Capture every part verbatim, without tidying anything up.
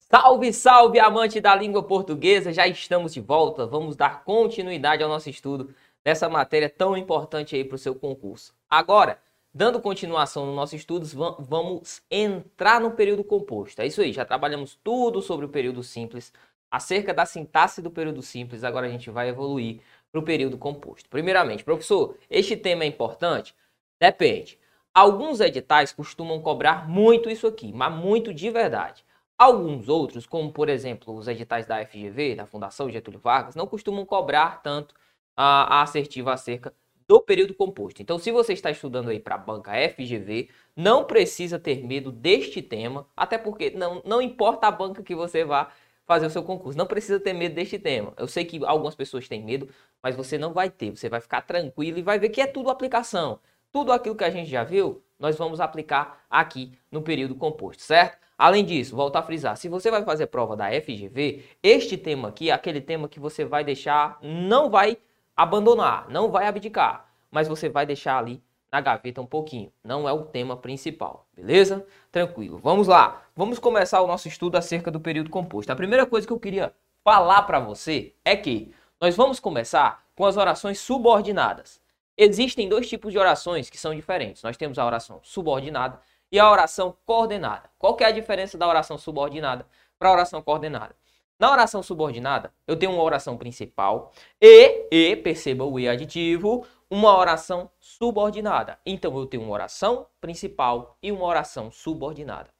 Salve, salve, amante da língua portuguesa! Já estamos de volta. Vamos dar continuidade ao nosso estudo dessa matéria tão importante aí para o seu concurso. Agora, dando continuação nos nossos estudos, vamos entrar no período composto. É isso aí, já trabalhamos tudo sobre o período simples, acerca da sintaxe do período simples. Agora a gente vai evoluir para o período composto. Primeiramente, professor, este tema é importante? Depende. Alguns editais costumam cobrar muito isso aqui, mas muito de verdade. Alguns outros, como por exemplo os editais da F G V, da Fundação Getúlio Vargas, não costumam cobrar tanto a, a assertiva acerca do período composto. Então, se você está estudando aí para a banca F G V, não precisa ter medo deste tema, até porque não, não importa a banca que você vá fazer o seu concurso, não precisa ter medo deste tema. Eu sei que algumas pessoas têm medo, mas você não vai ter, você vai ficar tranquilo e vai ver que é tudo aplicação. Tudo aquilo que a gente já viu, nós vamos aplicar aqui no período composto, certo? Além disso, volto a frisar, se você vai fazer prova da F G V, este tema aqui é aquele tema que você vai deixar, não vai abandonar, não vai abdicar, mas você vai deixar ali na gaveta um pouquinho. Não é o tema principal, beleza? Tranquilo. Vamos lá. Vamos começar o nosso estudo acerca do período composto. A primeira coisa que eu queria falar para você é que nós vamos começar com as orações subordinadas. Existem dois tipos de orações que são diferentes. Nós temos a oração subordinada e a oração coordenada. Qual que é a diferença da oração subordinada para a oração coordenada? Na oração subordinada, eu tenho uma oração principal e, e, perceba o e aditivo, uma oração subordinada. Então, eu tenho uma oração principal e uma oração subordinada.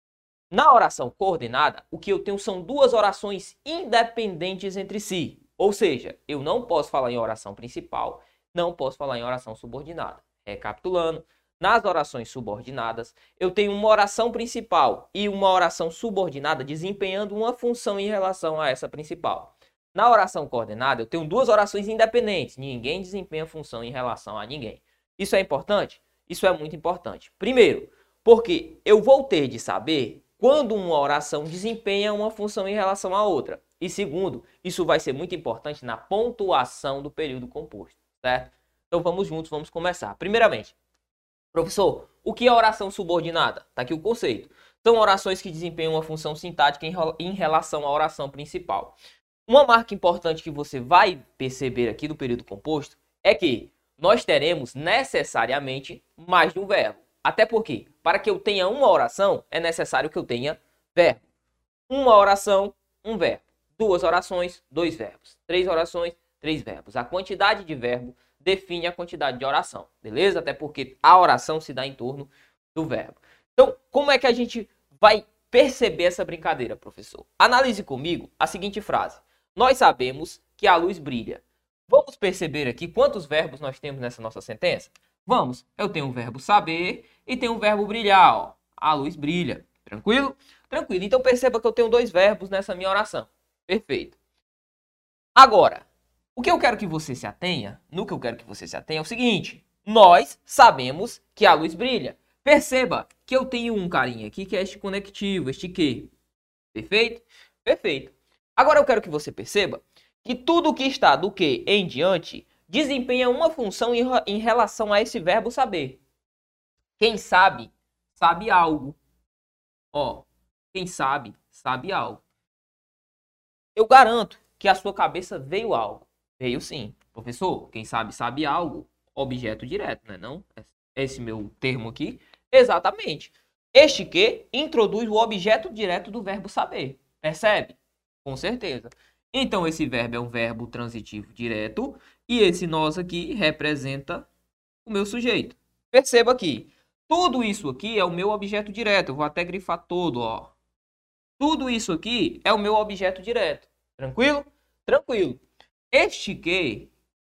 Na oração coordenada, o que eu tenho são duas orações independentes entre si. Ou seja, eu não posso falar em oração principal, não posso falar em oração subordinada. Recapitulando, nas orações subordinadas, eu tenho uma oração principal e uma oração subordinada desempenhando uma função em relação a essa principal. Na oração coordenada, eu tenho duas orações independentes. Ninguém desempenha função em relação a ninguém. Isso é importante? Isso é muito importante. Primeiro, porque eu vou ter de saber quando uma oração desempenha uma função em relação à outra. E segundo, isso vai ser muito importante na pontuação do período composto, certo? Então vamos juntos, vamos começar. Primeiramente, professor, o que é oração subordinada? Está aqui o conceito. São orações que desempenham uma função sintática em relação à oração principal. Uma marca importante que você vai perceber aqui do período composto é que nós teremos necessariamente mais de um verbo. Até porque, para que eu tenha uma oração, é necessário que eu tenha verbo. Uma oração, um verbo. Duas orações, dois verbos. Três orações, três verbos. A quantidade de verbo define a quantidade de oração, beleza? Até porque a oração se dá em torno do verbo. Então, como é que a gente vai perceber essa brincadeira, professor? Analise comigo a seguinte frase. Nós sabemos que a luz brilha. Vamos perceber aqui quantos verbos nós temos nessa nossa sentença? Vamos. Eu tenho o verbo saber e tenho o verbo brilhar, ó. A luz brilha. Tranquilo? Tranquilo. Então, perceba que eu tenho dois verbos nessa minha oração. Perfeito. Agora, o que eu quero que você se atenha, no que eu quero que você se atenha é o seguinte. Nós sabemos que a luz brilha. Perceba que eu tenho um carinha aqui que é este conectivo, este que. Perfeito? Perfeito. Agora eu quero que você perceba que tudo que está do que em diante desempenha uma função em relação a esse verbo saber. Quem sabe, sabe algo. Ó, quem sabe, sabe algo. Eu garanto que a sua cabeça veio algo. Veio sim. Professor, quem sabe, sabe algo. Objeto direto, né? Não? Esse meu termo aqui. Exatamente. Este que introduz o objeto direto do verbo saber. Percebe? Com certeza. Então, esse verbo é um verbo transitivo direto. E esse nós aqui representa o meu sujeito. Perceba aqui. Tudo isso aqui é o meu objeto direto. Eu vou até grifar todo, ó. Tudo isso aqui é o meu objeto direto. Tranquilo? Tranquilo. Este que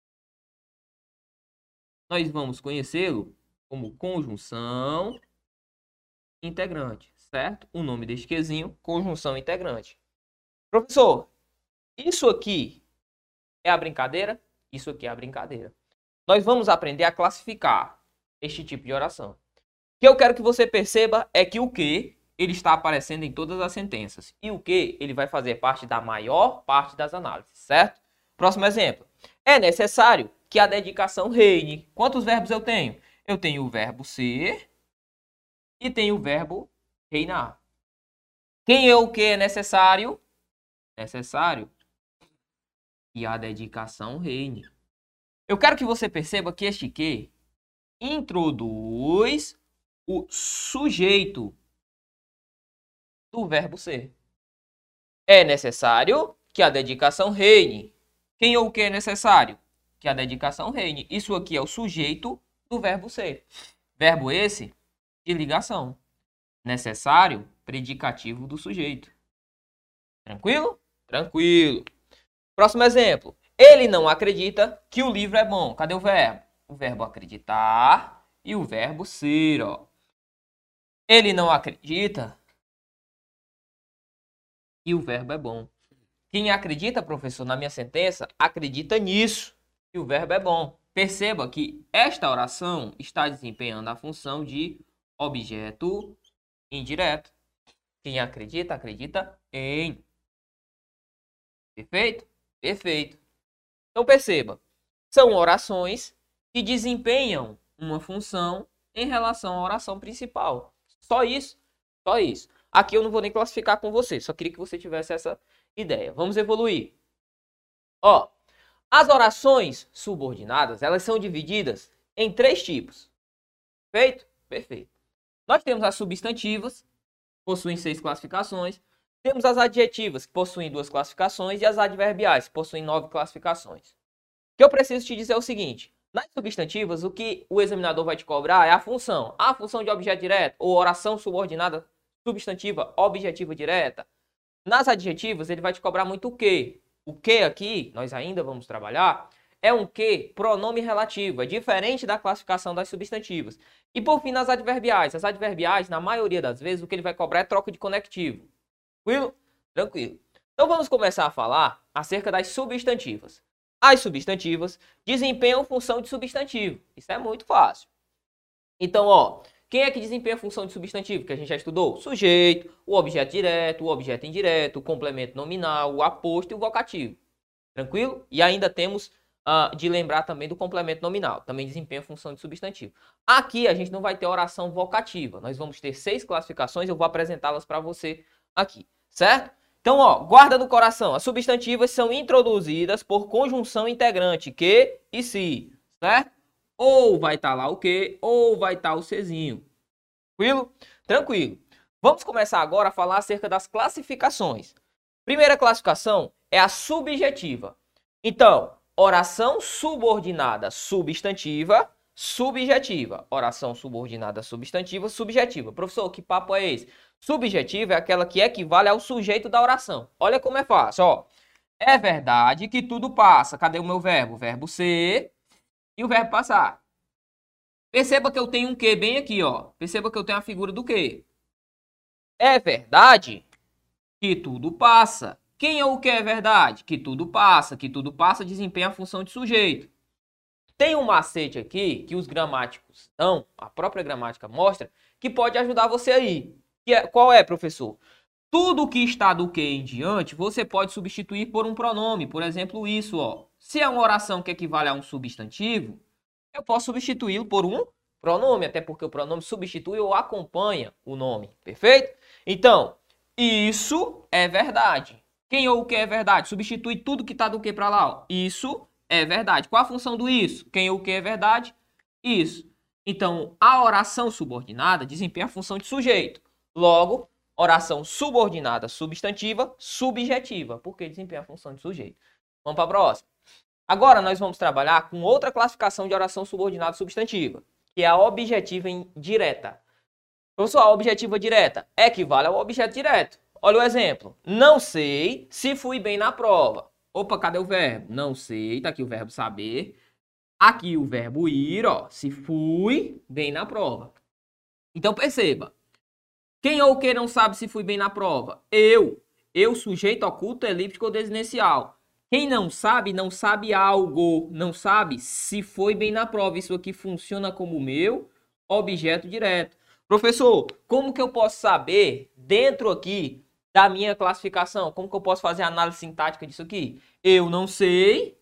nós vamos conhecê-lo como conjunção integrante, certo? O nome deste quezinho, conjunção integrante. Professor, isso aqui é a brincadeira? Isso aqui é a brincadeira. Nós vamos aprender a classificar este tipo de oração. O que eu quero que você perceba é que o que ele está aparecendo em todas as sentenças. E o que ele vai fazer parte da maior parte das análises, certo? Próximo exemplo. É necessário que a dedicação reine. Quantos verbos eu tenho? Eu tenho o verbo ser e tenho o verbo reinar. Quem é o que é necessário? Necessário que a dedicação reine. Eu quero que você perceba que este que introduz o sujeito do verbo ser. É necessário que a dedicação reine. Quem ou o que é necessário? Que a dedicação reine. Isso aqui é o sujeito do verbo ser. Verbo esse de ligação. Necessário, predicativo do sujeito. Tranquilo? Tranquilo. Próximo exemplo. Ele não acredita que o livro é bom. Cadê o verbo? O verbo acreditar e o verbo ser, ó. Ele não acredita que o verbo é bom. Quem acredita, professor, na minha sentença, acredita nisso, que o verbo é bom. Perceba que esta oração está desempenhando a função de objeto indireto. Quem acredita, acredita em. Perfeito? Perfeito. Então perceba, são orações que desempenham uma função em relação à oração principal. Só isso, só isso. Aqui eu não vou nem classificar com você, só queria que você tivesse essa ideia. Vamos evoluir. Ó, as orações subordinadas, elas são divididas em três tipos. Perfeito? Perfeito. Nós temos as substantivas, possuem seis classificações. Temos as adjetivas, que possuem duas classificações, e as adverbiais, que possuem nove classificações. O que eu preciso te dizer é o seguinte: nas substantivas, o que o examinador vai te cobrar é a função. A função de objeto direto, ou oração subordinada substantiva objetiva direta. Nas adjetivas, ele vai te cobrar muito o que. O que aqui, nós ainda vamos trabalhar, é um que pronome relativo, é diferente da classificação das substantivas. E por fim, nas adverbiais. As adverbiais, na maioria das vezes, o que ele vai cobrar é troca de conectivo. Tranquilo? Tranquilo. Então vamos começar a falar acerca das substantivas. As substantivas desempenham função de substantivo. Isso é muito fácil. Então, ó, quem é que desempenha a função de substantivo que a gente já estudou? Sujeito, o objeto direto, o objeto indireto, o complemento nominal, o aposto e o vocativo. Tranquilo? E ainda temos uh, de lembrar também do complemento nominal. Também desempenha a função de substantivo. Aqui a gente não vai ter oração vocativa. Nós vamos ter seis classificações. Eu vou apresentá-las para você aqui, certo? Então, ó, guarda no coração. As substantivas são introduzidas por conjunção integrante que e se, certo? Ou vai estar tá lá o que, ou vai estar tá o Czinho. Tranquilo? Tranquilo. Vamos começar agora a falar acerca das classificações. Primeira classificação é a subjetiva. Então, oração subordinada substantiva, subjetiva. Oração subordinada substantiva, subjetiva. Professor, que papo é esse? Subjetiva é aquela que equivale ao sujeito da oração. Olha como é fácil, ó. É verdade que tudo passa. Cadê o meu verbo? O verbo ser e o verbo passar. Perceba que eu tenho um que bem aqui, ó. Perceba que eu tenho a figura do que. É verdade que tudo passa. Quem é o que é verdade? Que tudo passa. Que tudo passa desempenha a função de sujeito. Tem um macete aqui que os gramáticos dão, a própria gramática mostra, que pode ajudar você aí. Que é, qual é, professor? Tudo que está do que em diante, você pode substituir por um pronome. Por exemplo, isso, ó. Se é uma oração que equivale a um substantivo, eu posso substituí-lo por um pronome, até porque o pronome substitui ou acompanha o nome, perfeito? Então, isso é verdade. Quem ou o que é verdade? Substitui tudo que está do que para lá, ó. Isso é verdade. Qual a função do isso? Quem ou o que é verdade? Isso. Então, a oração subordinada desempenha a função de sujeito. Logo, oração subordinada substantiva, subjetiva, porque desempenha a função de sujeito. Vamos para a próxima. Agora nós vamos trabalhar com outra classificação de oração subordinada substantiva, que é a objetiva direta. Professor, a objetiva direta equivale ao objeto direto. Olha o exemplo. Não sei se fui bem na prova. Opa, cadê o verbo? Não sei, tá aqui o verbo saber. Aqui o verbo ir, ó, se fui bem na prova. Então perceba. Quem ou que não sabe se fui bem na prova? Eu. Eu, sujeito oculto, elíptico ou desinencial. Quem não sabe, não sabe algo. Não sabe se foi bem na prova. Isso aqui funciona como meu objeto direto. Professor, como que eu posso saber dentro aqui da minha classificação? Como que eu posso fazer a análise sintática disso aqui? Eu não sei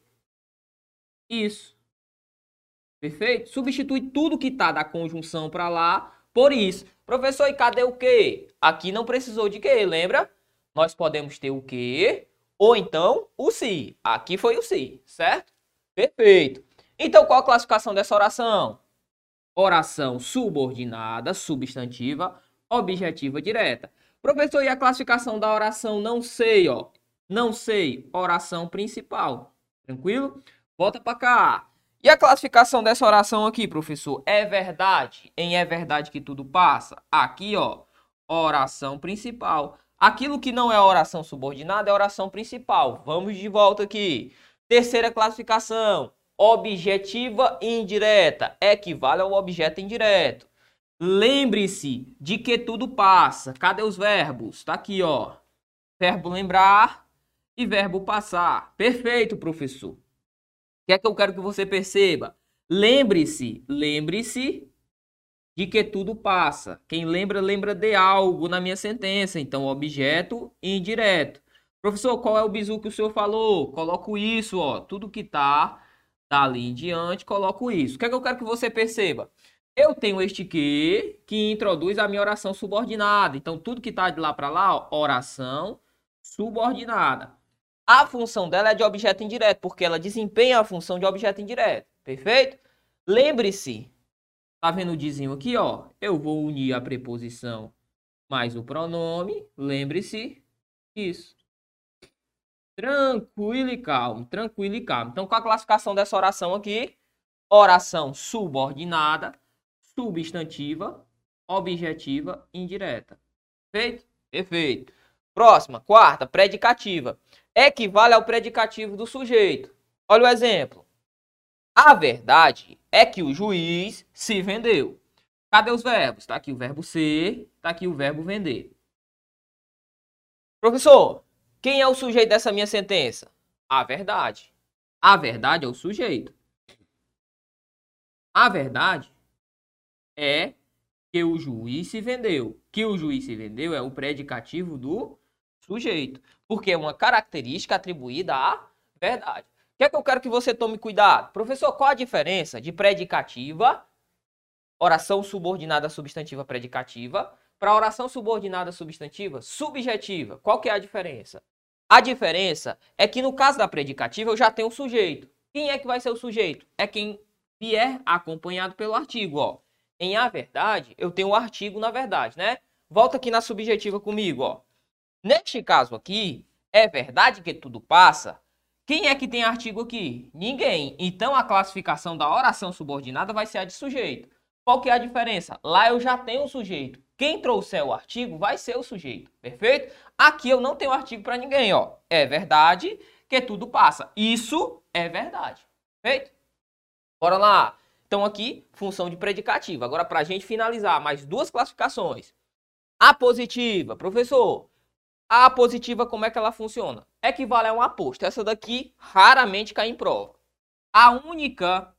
isso. Perfeito? Substitui tudo que está da conjunção para lá Por isso, professor, e cadê o que? Aqui não precisou de que, lembra? Nós podemos ter o que ou então o se. Aqui foi o se, certo? Perfeito. Então, qual a classificação dessa oração? Oração subordinada, substantiva, objetiva direta. Professor, e a classificação da oração não sei, ó. Não sei, oração principal. Tranquilo? Volta para cá. E a classificação dessa oração aqui, professor? É verdade? Em é verdade que tudo passa? Aqui, ó, oração principal. Aquilo que não é oração subordinada é oração principal. Vamos de volta aqui. Terceira classificação, objetiva indireta. Equivale ao objeto indireto. Lembre-se de que tudo passa. Cadê os verbos? Tá aqui, ó. Verbo lembrar e verbo passar. Perfeito, professor. O que é que eu quero que você perceba? Lembre-se, lembre-se de que tudo passa. Quem lembra, lembra de algo na minha sentença. Então, objeto indireto. Professor, qual é o bizu que o senhor falou? Coloco isso, ó. Tudo que tá dali em diante, coloco isso. O que é que eu quero que você perceba? Eu tenho este que, que introduz a minha oração subordinada. Então, tudo que tá de lá para lá, ó, oração subordinada. A função dela é de objeto indireto, porque ela desempenha a função de objeto indireto. Perfeito? Lembre-se, tá vendo o dizinho aqui, ó? Eu vou unir a preposição mais o pronome. Lembre-se disso. Tranquilo e calmo, tranquilo e calmo. Então, qual a classificação dessa oração aqui? Oração subordinada, substantiva, objetiva, indireta. Perfeito? Perfeito. Próxima, quarta, predicativa. Equivale ao predicativo do sujeito. Olha o exemplo. A verdade é que o juiz se vendeu. Cadê os verbos? Está aqui o verbo ser, está aqui o verbo vender. Professor, quem é o sujeito dessa minha sentença? A verdade. A verdade é o sujeito. A verdade é que o juiz se vendeu. Que o juiz se vendeu é o predicativo do sujeito, porque é uma característica atribuída à verdade. O que é que eu quero que você tome cuidado? Professor, qual a diferença de predicativa, oração subordinada substantiva predicativa, para oração subordinada substantiva subjetiva? Qual que é a diferença? A diferença é que no caso da predicativa eu já tenho o sujeito. Quem é que vai ser o sujeito? É quem vier acompanhado pelo artigo, ó. Em a verdade, eu tenho o artigo na verdade, né? Volta aqui na subjetiva comigo, ó. Neste caso aqui, é verdade que tudo passa? Quem é que tem artigo aqui? Ninguém. Então, a classificação da oração subordinada vai ser a de sujeito. Qual que é a diferença? Lá eu já tenho o sujeito. Quem trouxer o artigo vai ser o sujeito. Perfeito? Aqui eu não tenho artigo para ninguém, ó. É verdade que tudo passa. Isso é verdade. Perfeito? Bora lá. Então, aqui, função de predicativa. Agora, para a gente finalizar, mais duas classificações. A positiva. Professor, a apositiva, como é que ela funciona? Equivale a um aposto. Essa daqui raramente cai em prova. A única,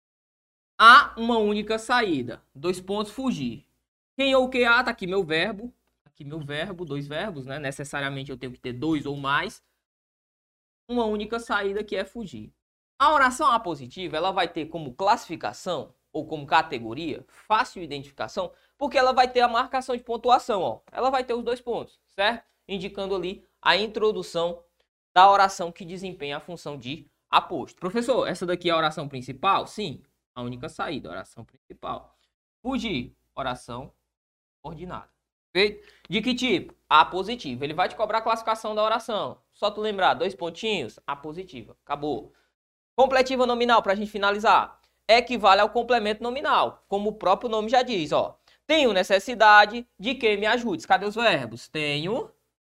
há uma única saída. Dois pontos, fugir. Quem ou que há? Tá aqui meu verbo. Aqui meu verbo, dois verbos, né? Necessariamente eu tenho que ter dois ou mais. Uma única saída que é fugir. A oração apositiva, ela vai ter como classificação ou como categoria fácil identificação, porque ela vai ter a marcação de pontuação, ó. Ela vai ter os dois pontos, certo? Indicando ali a introdução da oração que desempenha a função de aposto. Professor, essa daqui é a oração principal? Sim, a única saída, oração principal. Fugir, oração ordinada. Perfeito? De que tipo? Apositiva. Ele vai te cobrar a classificação da oração. Só tu lembrar, dois pontinhos, apositiva. Acabou. Completiva nominal, para a gente finalizar. Equivale ao complemento nominal, como o próprio nome já diz, ó. Tenho necessidade de que me ajudes. Cadê os verbos? Tenho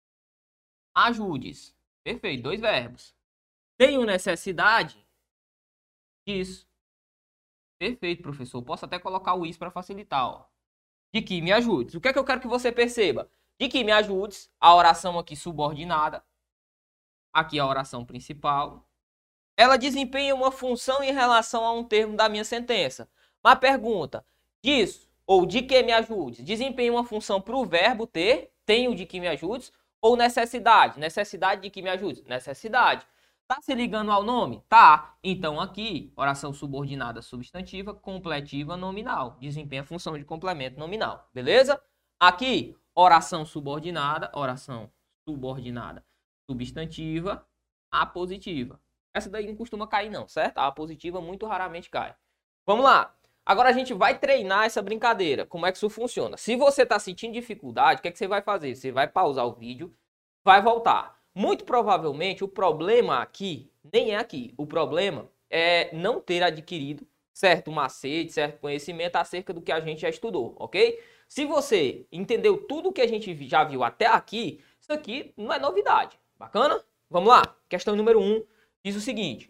ajudes. Perfeito, dois verbos. Tenho necessidade disso. Perfeito, professor. Posso até colocar o is para facilitar, ó. De que me ajudes. O que é que eu quero que você perceba? De que me ajudes, a oração aqui subordinada. Aqui a oração principal. Ela desempenha uma função em relação a um termo da minha sentença. Mas pergunta, disso ou de que me ajudes, desempenha uma função para o verbo ter, tenho de que me ajudes, ou necessidade? Necessidade de que me ajudes? Necessidade. Tá se ligando ao nome? Tá. Então aqui, oração subordinada substantiva, completiva nominal. Desempenha a função de complemento nominal. Beleza? Aqui, oração subordinada, oração subordinada substantiva, apositiva. Essa daí não costuma cair não, certo? A apositiva muito raramente cai. Vamos lá. Agora a gente vai treinar essa brincadeira. Como é que isso funciona? Se você está sentindo dificuldade, o que é que você vai fazer? Você vai pausar o vídeo, vai voltar. Muito provavelmente o problema aqui, nem é aqui, o problema é não ter adquirido certo macete, certo conhecimento acerca do que a gente já estudou, ok? Se você entendeu tudo que a gente já viu até aqui, isso aqui não é novidade. Bacana? Vamos lá. Questão número um diz o seguinte.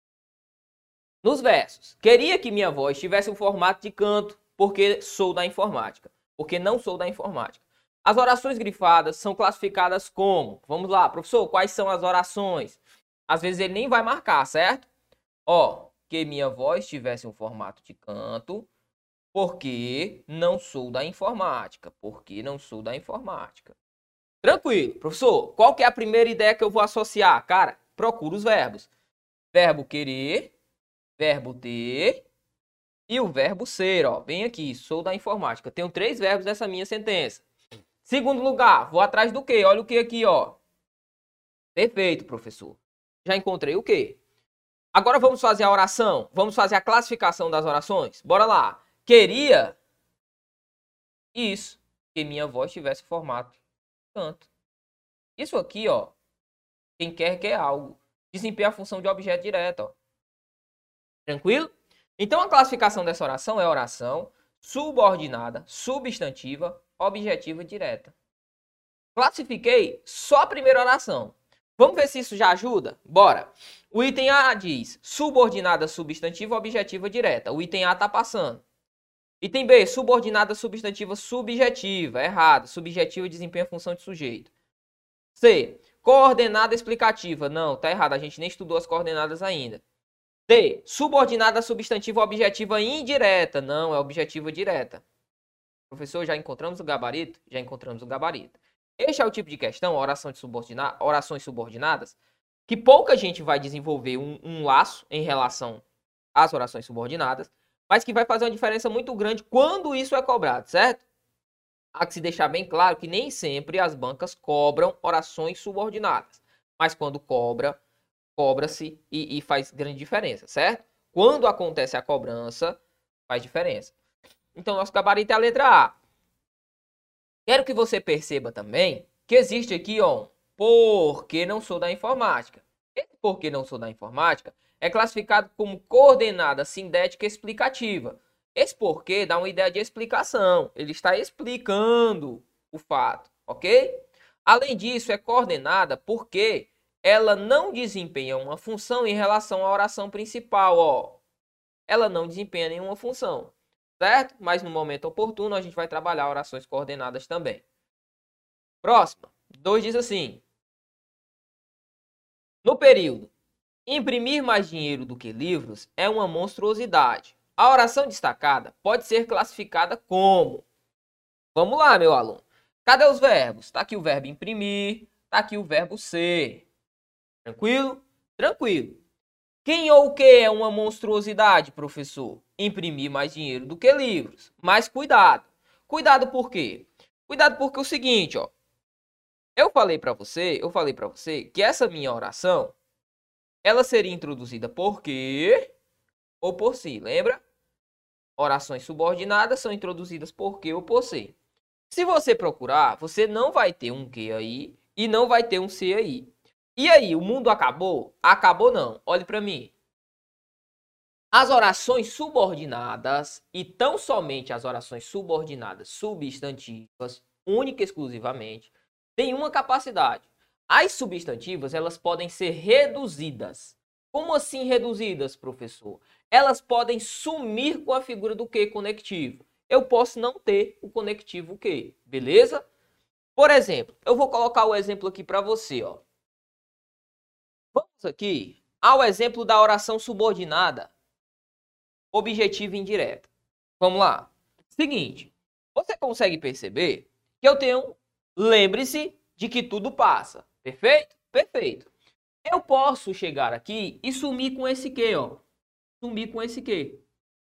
Nos versos, queria que minha voz tivesse um formato de canto, porque sou da informática. Porque não sou da informática. As orações grifadas são classificadas como? Vamos lá, professor, quais são as orações? Às vezes ele nem vai marcar, certo? Ó, que minha voz tivesse um formato de canto, porque não sou da informática. Porque não sou da informática. Tranquilo, professor, qual que é a primeira ideia que eu vou associar? Cara, procura os verbos. Verbo querer, verbo ter e o verbo ser, ó. Bem aqui, sou da informática. Tenho três verbos nessa minha sentença. Segundo lugar, vou atrás do quê? Olha o que aqui, ó. Perfeito, professor. Já encontrei o quê? Agora vamos fazer a oração. Vamos fazer a classificação das orações? Bora lá. Queria isso, que minha voz tivesse formato canto. Isso aqui, ó. Quem quer, quer algo. Desempenha a função de objeto direto, ó. Tranquilo? Então a classificação dessa oração é oração subordinada, substantiva, objetiva direta. Classifiquei só a primeira oração. Vamos ver se isso já ajuda? Bora. O item A diz subordinada substantiva, objetiva direta. O item A tá passando. Item B, subordinada substantiva subjetiva. Errado. Subjetiva desempenha a função de sujeito. C, coordenada explicativa. Não, tá errado. A gente nem estudou as coordenadas ainda. D, subordinada substantiva objetiva indireta. Não, é objetiva direta. Professor, já encontramos o gabarito? Já encontramos o gabarito. Este é o tipo de questão, oração de subordina... orações subordinadas, que pouca gente vai desenvolver um, um laço em relação às orações subordinadas, mas que vai fazer uma diferença muito grande quando isso é cobrado, certo? Há que se deixar bem claro que nem sempre as bancas cobram orações subordinadas, mas quando cobra, cobra-se e, e faz grande diferença, certo? Quando acontece a cobrança, faz diferença. Então, nosso gabarito é a letra A. Quero que você perceba também que existe aqui, ó, um porque não sou da informática. Esse porque não sou da informática é classificado como coordenada sindética explicativa. Esse porquê dá uma ideia de explicação. Ele está explicando o fato, ok? Além disso, é coordenada porque ela não desempenha uma função em relação à oração principal, ó. Ela não desempenha nenhuma função. Certo? Mas no momento oportuno a gente vai trabalhar orações coordenadas também. Próxima. dois diz assim. No período, imprimir mais dinheiro do que livros é uma monstruosidade. A oração destacada pode ser classificada como... Vamos lá, meu aluno. Cadê os verbos? Está aqui o verbo imprimir, está aqui o verbo ser. Tranquilo? Tranquilo. Quem ou o que é uma monstruosidade, professor? Imprimir mais dinheiro do que livros. Mas cuidado. Cuidado por quê? Cuidado porque é o seguinte, ó. Eu falei para você, eu falei para você que essa minha oração, ela seria introduzida por que ou por si, lembra? Orações subordinadas são introduzidas por que ou por si. Se você procurar, você não vai ter um que aí e não vai ter um se aí. E aí, o mundo acabou? Acabou não. Olhe para mim. As orações subordinadas, e tão somente as orações subordinadas substantivas, única e exclusivamente, têm uma capacidade. As substantivas, elas podem ser reduzidas. Como assim reduzidas, professor? Elas podem sumir com a figura do que conectivo. Eu posso não ter o conectivo que, beleza? Por exemplo, eu vou colocar o exemplo aqui para você, ó. Vamos aqui ao exemplo da oração subordinada objetiva indireta. Vamos lá. Seguinte, você consegue perceber que eu tenho, lembre-se de que tudo passa. Perfeito? Perfeito. Eu posso chegar aqui e sumir com esse que, ó. Sumir com esse que.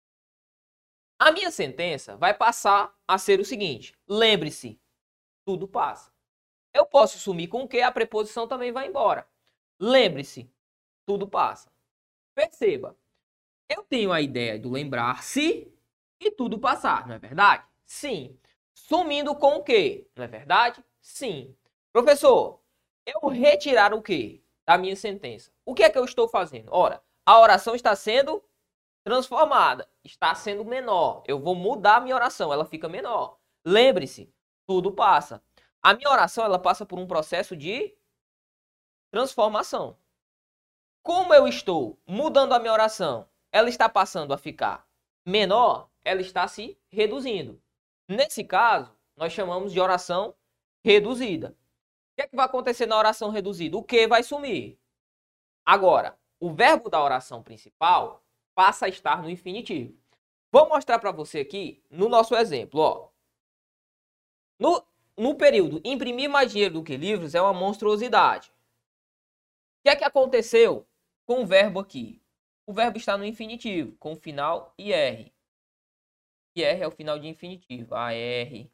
A minha sentença vai passar a ser o seguinte. Lembre-se, tudo passa. Eu posso sumir com o que, a preposição também vai embora. Lembre-se, tudo passa. Perceba, eu tenho a ideia do lembrar-se e tudo passar, não é verdade? Sim. Sumindo com o quê? Não é verdade? Sim. Professor, eu retirar o quê da minha sentença? O que é que eu estou fazendo? Ora, a oração está sendo transformada, está sendo menor. Eu vou mudar a minha oração, ela fica menor. Lembre-se, tudo passa. A minha oração, ela passa por um processo de transformação. Como eu estou mudando a minha oração, ela está passando a ficar menor, ela está se reduzindo. Nesse caso, nós chamamos de oração reduzida. O que é que vai acontecer na oração reduzida? O que vai sumir? Agora, o verbo da oração principal passa a estar no infinitivo. Vou mostrar para você aqui no nosso exemplo. Ó. No, no período imprimir mais dinheiro do que livros é uma monstruosidade. O que é que aconteceu com o verbo aqui? O verbo está no infinitivo, com o final ir. Ir é o final de infinitivo, A R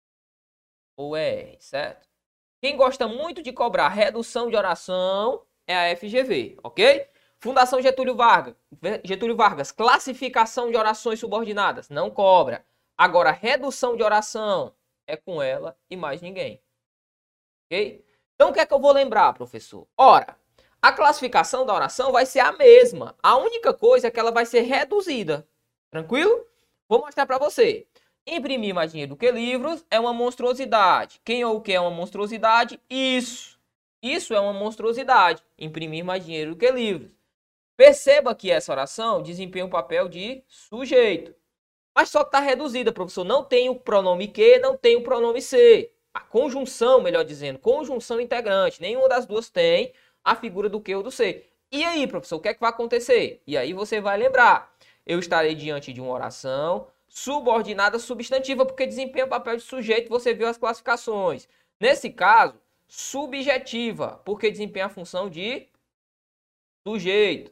ou E R, certo? Quem gosta muito de cobrar redução de oração é a F G V, ok? Fundação Getúlio Vargas, Getúlio Vargas, classificação de orações subordinadas, não cobra. Agora, redução de oração é com ela e mais ninguém, ok? Então, o que é que eu vou lembrar, professor? Ora, a classificação da oração vai ser a mesma. A única coisa é que ela vai ser reduzida. Tranquilo? Vou mostrar para você. Imprimir mais dinheiro do que livros é uma monstruosidade. Quem ou o que é uma monstruosidade? Isso. Isso é uma monstruosidade. Imprimir mais dinheiro do que livros. Perceba que essa oração desempenha um papel de sujeito. Mas só que está reduzida, professor. Não tem o pronome que, não tem o pronome ser. A conjunção, melhor dizendo, conjunção integrante. Nenhuma das duas tem a figura do que ou do ser. E aí, professor, o que é que vai acontecer? E aí você vai lembrar. Eu estarei diante de uma oração subordinada substantiva, porque desempenha o papel de sujeito, você viu as classificações. Nesse caso, subjetiva, porque desempenha a função de sujeito.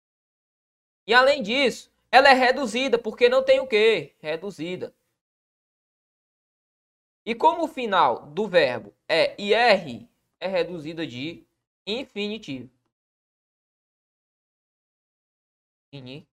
E além disso, ela é reduzida, porque não tem o quê? Reduzida. E como o final do verbo é ir, é reduzida de infinitivo. Infinitivo.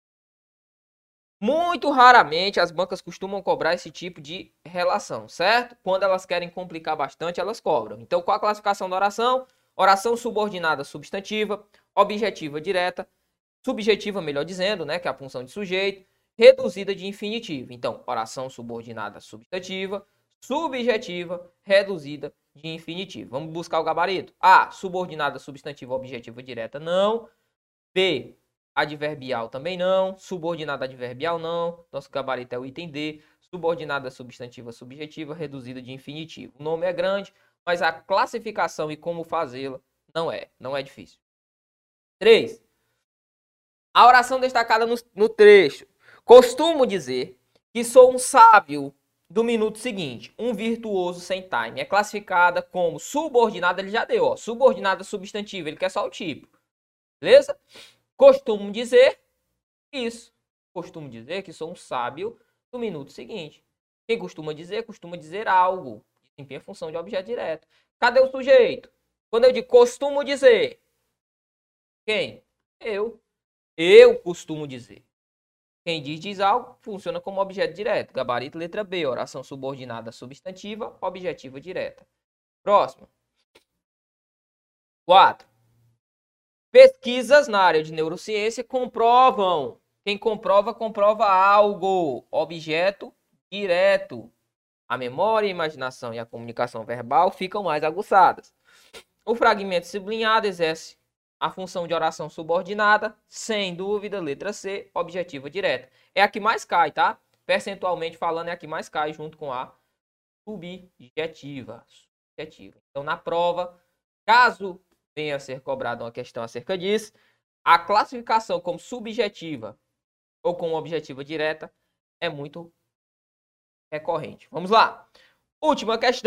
Muito raramente as bancas costumam cobrar esse tipo de relação, certo? Quando elas querem complicar bastante, elas cobram. Então, qual a classificação da oração? Oração subordinada substantiva, objetiva direta, subjetiva, melhor dizendo, né, que é a função de sujeito, reduzida de infinitivo. Então, oração subordinada substantiva, subjetiva, reduzida de infinitivo. Vamos buscar o gabarito. A, subordinada substantiva, objetiva direta, não. B, adverbial também não, subordinada adverbial não, nosso gabarito é o item D, subordinada substantiva subjetiva, reduzida de infinitivo. O nome é grande, mas a classificação e como fazê-la não é, não é difícil. três. A oração destacada no, no trecho. Costumo dizer que sou um sábio do minuto seguinte, um virtuoso sem time. É classificada como subordinada, ele já deu, ó, subordinada substantiva, ele quer só o tipo. Beleza? Costumo dizer isso. Costumo dizer que sou um sábio do minuto seguinte. Quem costuma dizer, costuma dizer algo. Desempenha a função de objeto direto. Cadê o sujeito? Quando eu digo costumo dizer. Quem? Eu. Eu costumo dizer. Quem diz, diz algo, funciona como objeto direto. Gabarito, letra B. Oração subordinada substantiva, objetiva direta. Próximo. quatro. Pesquisas na área de neurociência comprovam. Quem comprova, comprova algo. Objeto direto. A memória, a imaginação e a comunicação verbal ficam mais aguçadas. O fragmento sublinhado exerce a função de oração subordinada, sem dúvida, letra C, objetiva direta. É a que mais cai, tá? Percentualmente falando, é a que mais cai junto com a subjetiva. subjetiva. Então, na prova, caso venha a ser cobrada uma questão acerca disso, a classificação como subjetiva ou como objetiva direta é muito recorrente. Vamos lá. Última questão.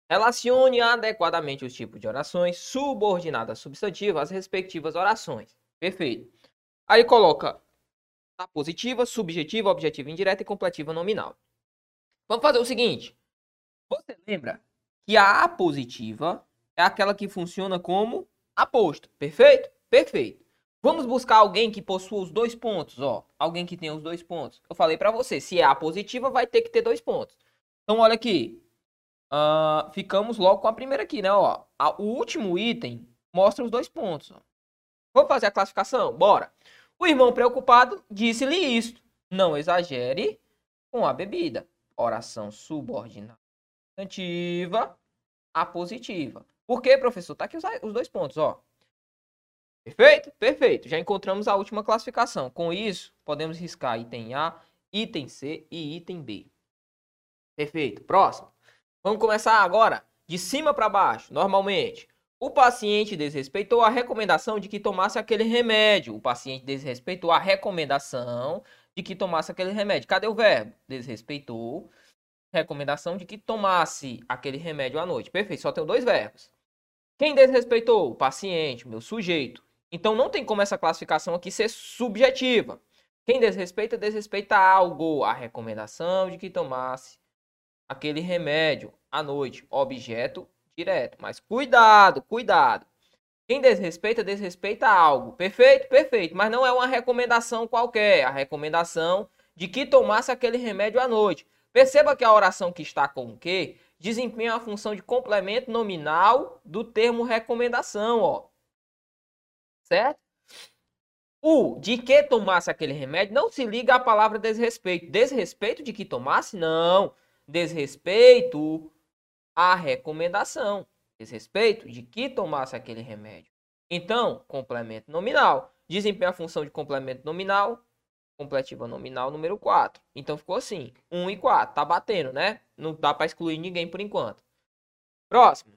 Relacione adequadamente os tipos de orações subordinadas substantivas às respectivas orações. Perfeito. Aí coloca a positiva, subjetiva, objetiva indireta e completiva nominal. Vamos fazer o seguinte. Você lembra que a apositiva é aquela que funciona como aposto. Perfeito? Perfeito. Vamos buscar alguém que possua os dois pontos, ó. Alguém que tenha os dois pontos. Eu falei para você, se é apositiva, vai ter que ter dois pontos. Então, olha aqui. Uh, ficamos logo com a primeira aqui, né? Ó, a, o último item mostra os dois pontos. Ó. Vamos fazer a classificação? Bora. O irmão preocupado disse-lhe isto. Não exagere com a bebida. Oração subordinada substantiva apositiva. Por quê, professor? Tá aqui os, os dois pontos, ó. Perfeito? Perfeito. Já encontramos a última classificação. Com isso, podemos riscar item A, item C e item B. Perfeito. Próximo. Vamos começar agora de cima para baixo. Normalmente, o paciente desrespeitou a recomendação de que tomasse aquele remédio. O paciente desrespeitou a recomendação de que tomasse aquele remédio. Cadê o verbo? Desrespeitou recomendação de que tomasse aquele remédio à noite. Perfeito, só tem dois verbos. Quem desrespeitou? O paciente, meu sujeito. Então não tem como essa classificação aqui ser subjetiva. Quem desrespeita, desrespeita algo. A recomendação de que tomasse aquele remédio à noite. Objeto direto. Mas cuidado, cuidado. Quem desrespeita, desrespeita algo. Perfeito? Perfeito. Mas não é uma recomendação qualquer. A recomendação de que tomasse aquele remédio à noite. Perceba que a oração que está com o que desempenha a função de complemento nominal do termo recomendação, ó. Certo? O de que tomasse aquele remédio não se liga à palavra desrespeito. Desrespeito de que tomasse? Não. Desrespeito à recomendação. Desrespeito de que tomasse aquele remédio. Então, complemento nominal. Desempenha a função de complemento nominal. Completiva nominal número quatro. Então ficou assim, um e quatro. Tá batendo, né? Não dá para excluir ninguém por enquanto. Próximo.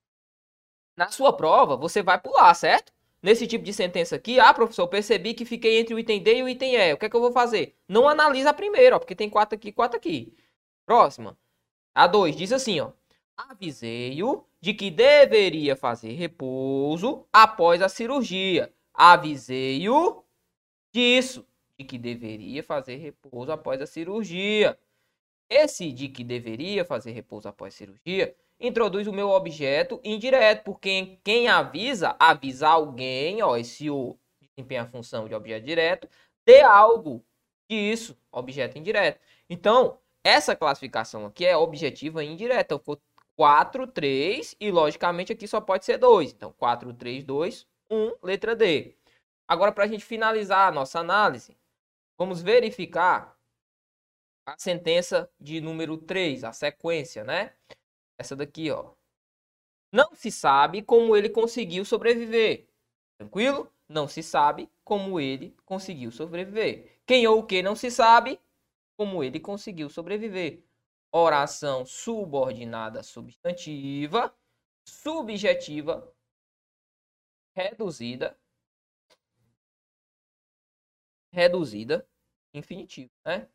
Na sua prova, você vai pular, certo? Nesse tipo de sentença aqui, ah, professor, percebi que fiquei entre o item D e o item E. O que é que eu vou fazer? Não analisa a primeira, ó, porque tem quatro aqui, quatro aqui. Próxima. A dois diz assim, ó. Avisei-o de que deveria fazer repouso após a cirurgia. Avisei-o disso. De que deveria fazer repouso após a cirurgia. Esse de que deveria fazer repouso após a cirurgia introduz o meu objeto indireto, porque quem avisa, avisa alguém, ó, esse o desempenha a função de objeto direto, de algo disso, objeto indireto. Então, essa classificação aqui é objetiva e indireta. Então, ficou quatro, três e, logicamente, aqui só pode ser dois. Então, quatro, três, dois, um, letra D. Agora, para a gente finalizar a nossa análise, vamos verificar a sentença de número três, a sequência, né? Essa daqui, ó. Não se sabe como ele conseguiu sobreviver. Tranquilo? Não se sabe como ele conseguiu sobreviver. Quem ou o que não se sabe como ele conseguiu sobreviver. Oração subordinada substantiva, subjetiva, reduzida, reduzida, infinitivo, né?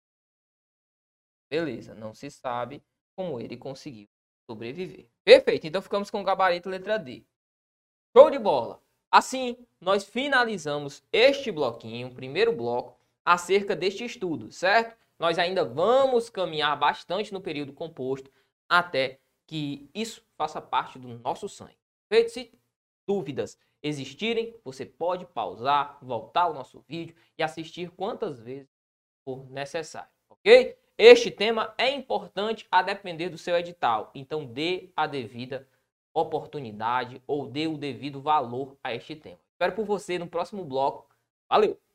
Beleza, não se sabe como ele conseguiu sobreviver. Perfeito, então ficamos com o gabarito letra D. Show de bola! Assim, nós finalizamos este bloquinho, primeiro bloco, acerca deste estudo, certo? Nós ainda vamos caminhar bastante no período composto até que isso faça parte do nosso sangue. Perfeito? Se dúvidas existirem, você pode pausar, voltar ao nosso vídeo e assistir quantas vezes for necessário, ok? Este tema é importante a depender do seu edital, então dê a devida oportunidade ou dê o devido valor a este tema. Espero por você no próximo bloco. Valeu!